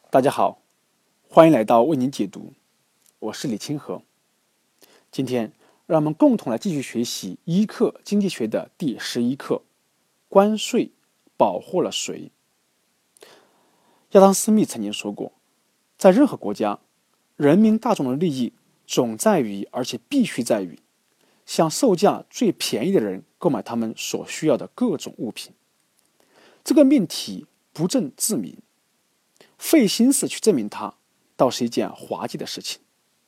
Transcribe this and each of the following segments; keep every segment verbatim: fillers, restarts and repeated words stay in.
大家好，欢迎来到为您解读，我是李清河。今天让我们共同来继续学习一课经济学的第十一课：关税保护了谁？亚当·斯密曾经说过，在任何国家，人民大众的利益总在于，而且必须在于，向售价最便宜的人购买他们所需要的各种物品。这个命题不证自明，费心思去证明它，倒是一件滑稽的事情。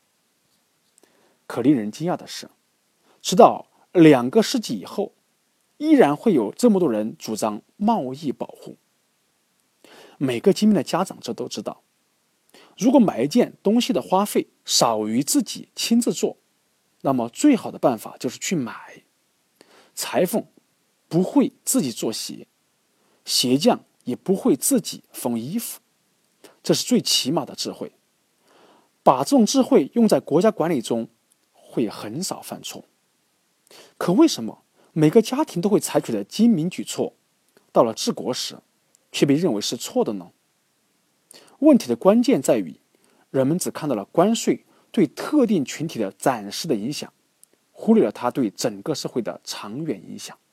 可令人惊讶的是，直到两个世纪以后，依然会有这么多人主张贸易保护。每个精明的家长这都知道，如果买一件东西的花费少于自己亲自做，那么最好的办法就是去买。裁缝不会自己做鞋，鞋匠也不会自己缝衣服，这是最起码的智慧。把这种智慧用在国家管理中，会很少犯错。可为什么每个家庭都会采取的精明举措，到了治国时却被认为是错的呢？问题的关键在于，人们只看到了关税对特定群体的暂时的影响，忽略了它对整个社会的长远影响。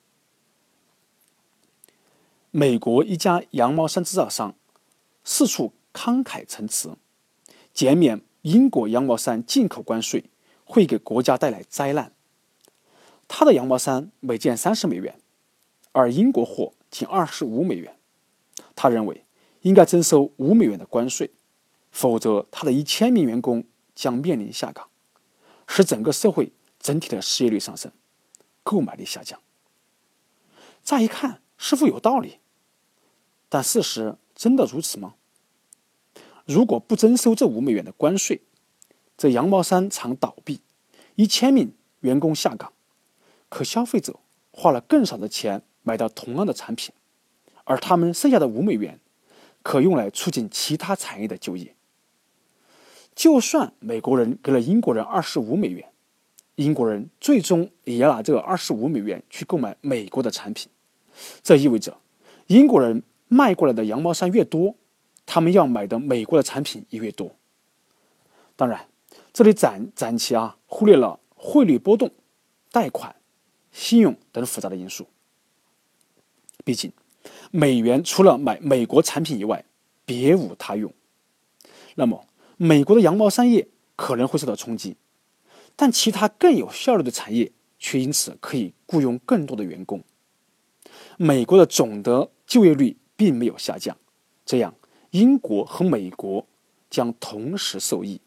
美国一家羊毛衫制造商四处慷慨陈词，减免英国羊毛衫进口关税会给国家带来灾难。他的羊毛衫每件三十美元，而英国货仅二十五美元。他认为应该征收五美元的关税，否则他的一千名员工将面临下岗，使整个社会整体的失业率上升，购买力下降。乍一看似乎有道理，但事实真的如此吗？如果不征收这五美元的关税，这羊毛衫厂倒闭，一千名员工下岗，可消费者花了更少的钱买到同样的产品，而他们剩下的五美元可用来促进其他产业的就业。就算美国人给了英国人二十五美元，英国人最终也要拿这二十五美元去购买美国的产品。这意味着英国人卖过来的羊毛衫越多，他们要买的美国的产品也越多。当然，这里暂暂且啊忽略了汇率波动、贷款、信用等复杂的因素。毕竟，美元除了买美国产品以外，别无他用。那么，美国的羊毛衫业可能会受到冲击，但其他更有效率的产业却因此可以雇佣更多的员工。美国的总的就业率并没有下降，这样英国和美国将同时受益。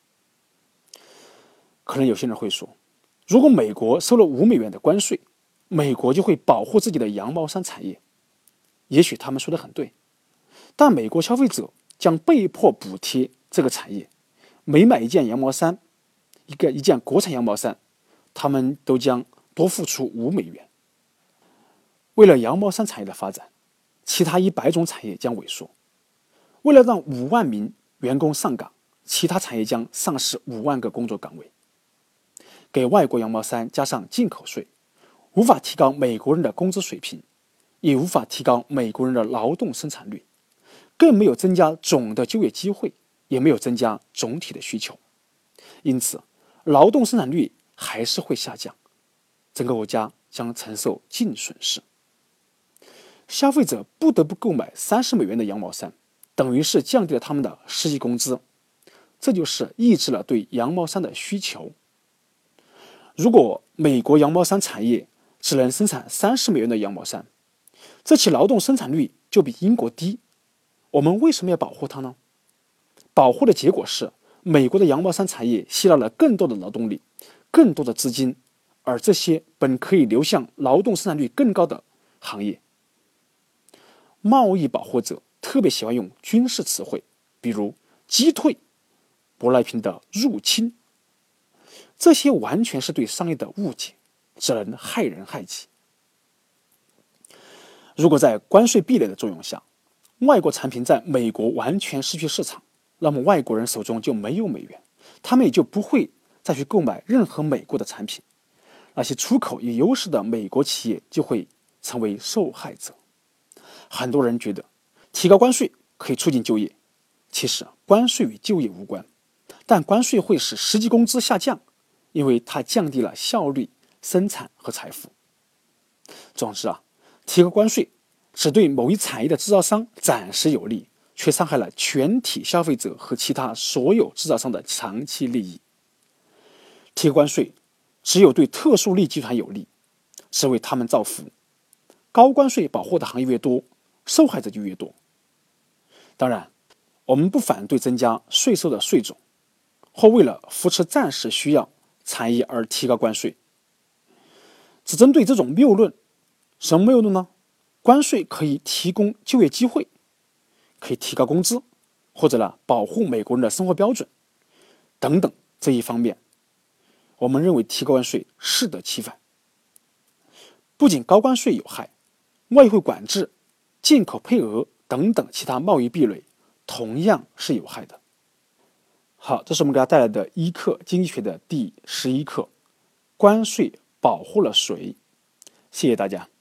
可能有些人会说，如果美国收了五美元的关税，美国就会保护自己的羊毛衫产业。也许他们说的很对，但美国消费者将被迫补贴这个产业，每买一件羊毛衫，一个一件国产羊毛衫，他们都将多付出五美元。为了羊毛衫产业的发展，其他一百种产业将萎缩。为了让五万名员工上岗，其他产业将丧失五万个工作岗位。给外国羊毛衫加上进口税，无法提高美国人的工资水平，也无法提高美国人的劳动生产率，更没有增加总的就业机会，也没有增加总体的需求。因此，劳动生产率还是会下降，整个国家将承受净损失。消费者不得不购买三十美元的羊毛衫，等于是降低了他们的实际工资，这就是抑制了对羊毛衫的需求。如果美国羊毛衫产业只能生产三十美元的羊毛衫，这其劳动生产率就比英国低。我们为什么要保护它呢？保护的结果是，美国的羊毛衫产业吸纳了更多的劳动力，更多的资金，而这些本可以流向劳动生产率更高的行业。贸易保护者特别喜欢用军事词汇，比如击退、舶来品的入侵，这些完全是对商业的误解，只能害人害己。如果在关税壁垒的作用下，外国产品在美国完全失去市场，那么外国人手中就没有美元，他们也就不会再去购买任何美国的产品。那些出口有优势的美国企业就会成为受害者。很多人觉得提高关税可以促进就业， 其实关税与就业无关，但关税会使实际工资下降，因为它降低了效率、生产和财富。总之啊，提高关税只对某一产业的制造商暂时有利，却伤害了全体消费者和其他所有制造商的长期利益。提高关税只有对特殊利益集团有利，只为他们造福。高关税保护的行业越多，受害者就越多。当然，我们不反对增加税收的税种，或为了扶持暂时需要产业而提高关税。只针对这种谬论，什么谬论呢？关税可以提供就业机会，可以提高工资，或者呢保护美国人的生活标准等等这一方面，我们认为提高关税适得其反。不仅高关税有害，外汇管制、进口配额等等其他贸易壁垒同样是有害的。好，这是我们给大家带来的一课经济学的第十一课，关税保护了谁？谢谢大家。